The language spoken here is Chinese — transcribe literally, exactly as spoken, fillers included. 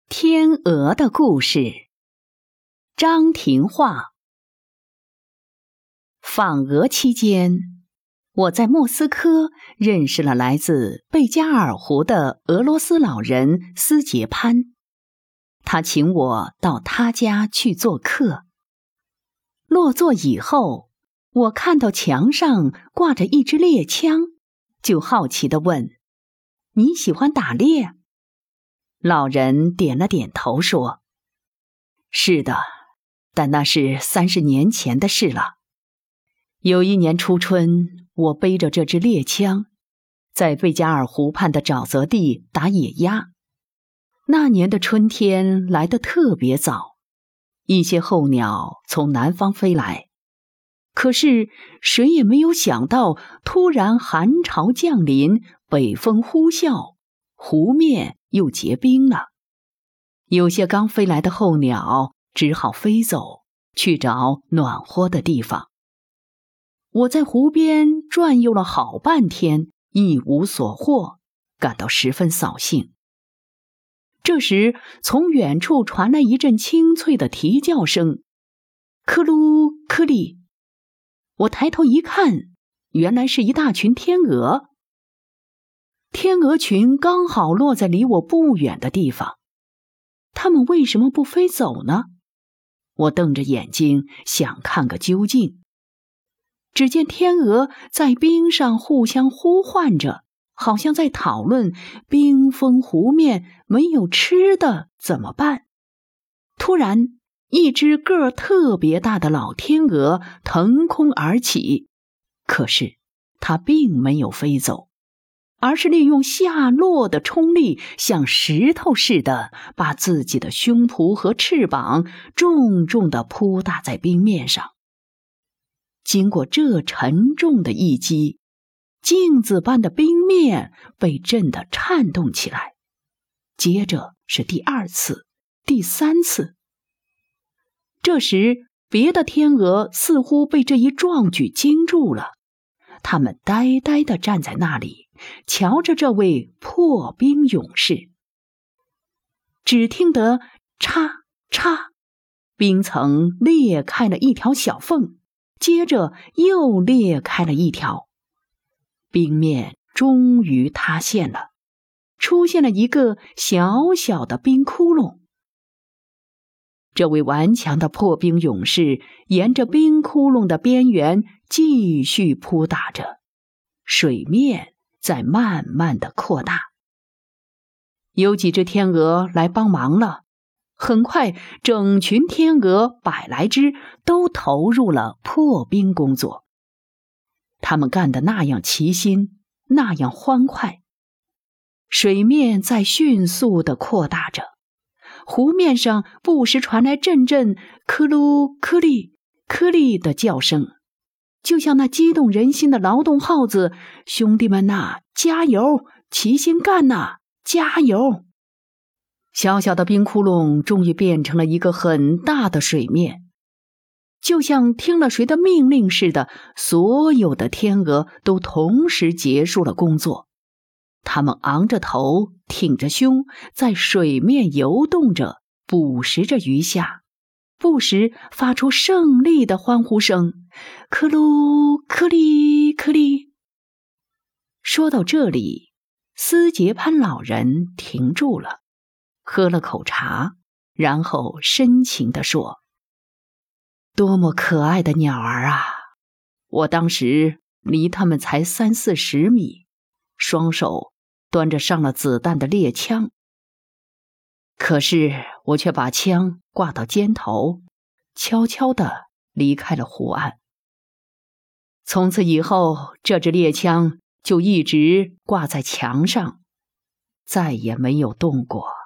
天鹅的故事，张廷画。访俄期间，我在莫斯科认识了来自贝加尔湖的俄罗斯老人斯捷潘，他请我到他家去做客。落座以后，我看到墙上挂着一支猎枪，就好奇地问：“你喜欢打猎？”老人点了点头说：“是的，但那是三十年前的事了。有一年初春，我背着这支猎枪，在贝加尔湖畔的沼泽地打野鸭。那年的春天来得特别早，一些候鸟从南方飞来，可是谁也没有想到，突然寒潮降临，北风呼啸，湖面又结冰了。有些刚飞来的候鸟只好飞走，去找暖和的地方。我在湖边转悠了好半天，一无所获，感到十分扫兴。这时，从远处传来一阵清脆的啼叫声，克噜克里。我抬头一看，原来是一大群天鹅。天鹅群刚好落在离我不远的地方，它们为什么不飞走呢？我瞪着眼睛想看个究竟。只见天鹅在冰上互相呼唤着，好像在讨论冰封湖面没有吃的怎么办。突然，一只个儿特别大的老天鹅腾空而起，可是它并没有飞走，而是利用下落的冲力，像石头似的把自己的胸脯和翅膀重重地扑打在冰面上。经过这沉重的一击，镜子般的冰面被震得颤动起来，接着是第二次、第三次。这时，别的天鹅似乎被这一壮举惊住了，它们呆呆地站在那里，瞧着这位破冰勇士。只听得嚓嚓，冰层裂开了一条小缝，接着又裂开了一条，冰面终于塌陷了，出现了一个小小的冰窟窿。这位顽强的破冰勇士沿着冰窟窿的边缘继续扑打着，水面在慢慢地扩大。有几只天鹅来帮忙了，很快整群天鹅百来只都投入了破冰工作。他们干得那样齐心，那样欢快。水面在迅速地扩大着，湖面上不时传来阵阵克噜克里克里的叫声，就像那激动人心的劳动号子：“兄弟们呐，加油！齐心干呐，加油！”小小的冰窟窿终于变成了一个很大的水面，就像听了谁的命令似的，所有的天鹅都同时结束了工作。它们昂着头，挺着胸，在水面游动着，捕食着鱼虾，不时发出胜利的欢呼声：“克噜克里克里。”说到这里，斯捷潘老人停住了，喝了口茶，然后深情地说：“多么可爱的鸟儿啊！我当时离它们才三四十米，双手端着上了子弹的猎枪，可是我却把枪挂到肩头，悄悄地离开了湖岸。从此以后，这支猎枪就一直挂在墙上，再也没有动过。”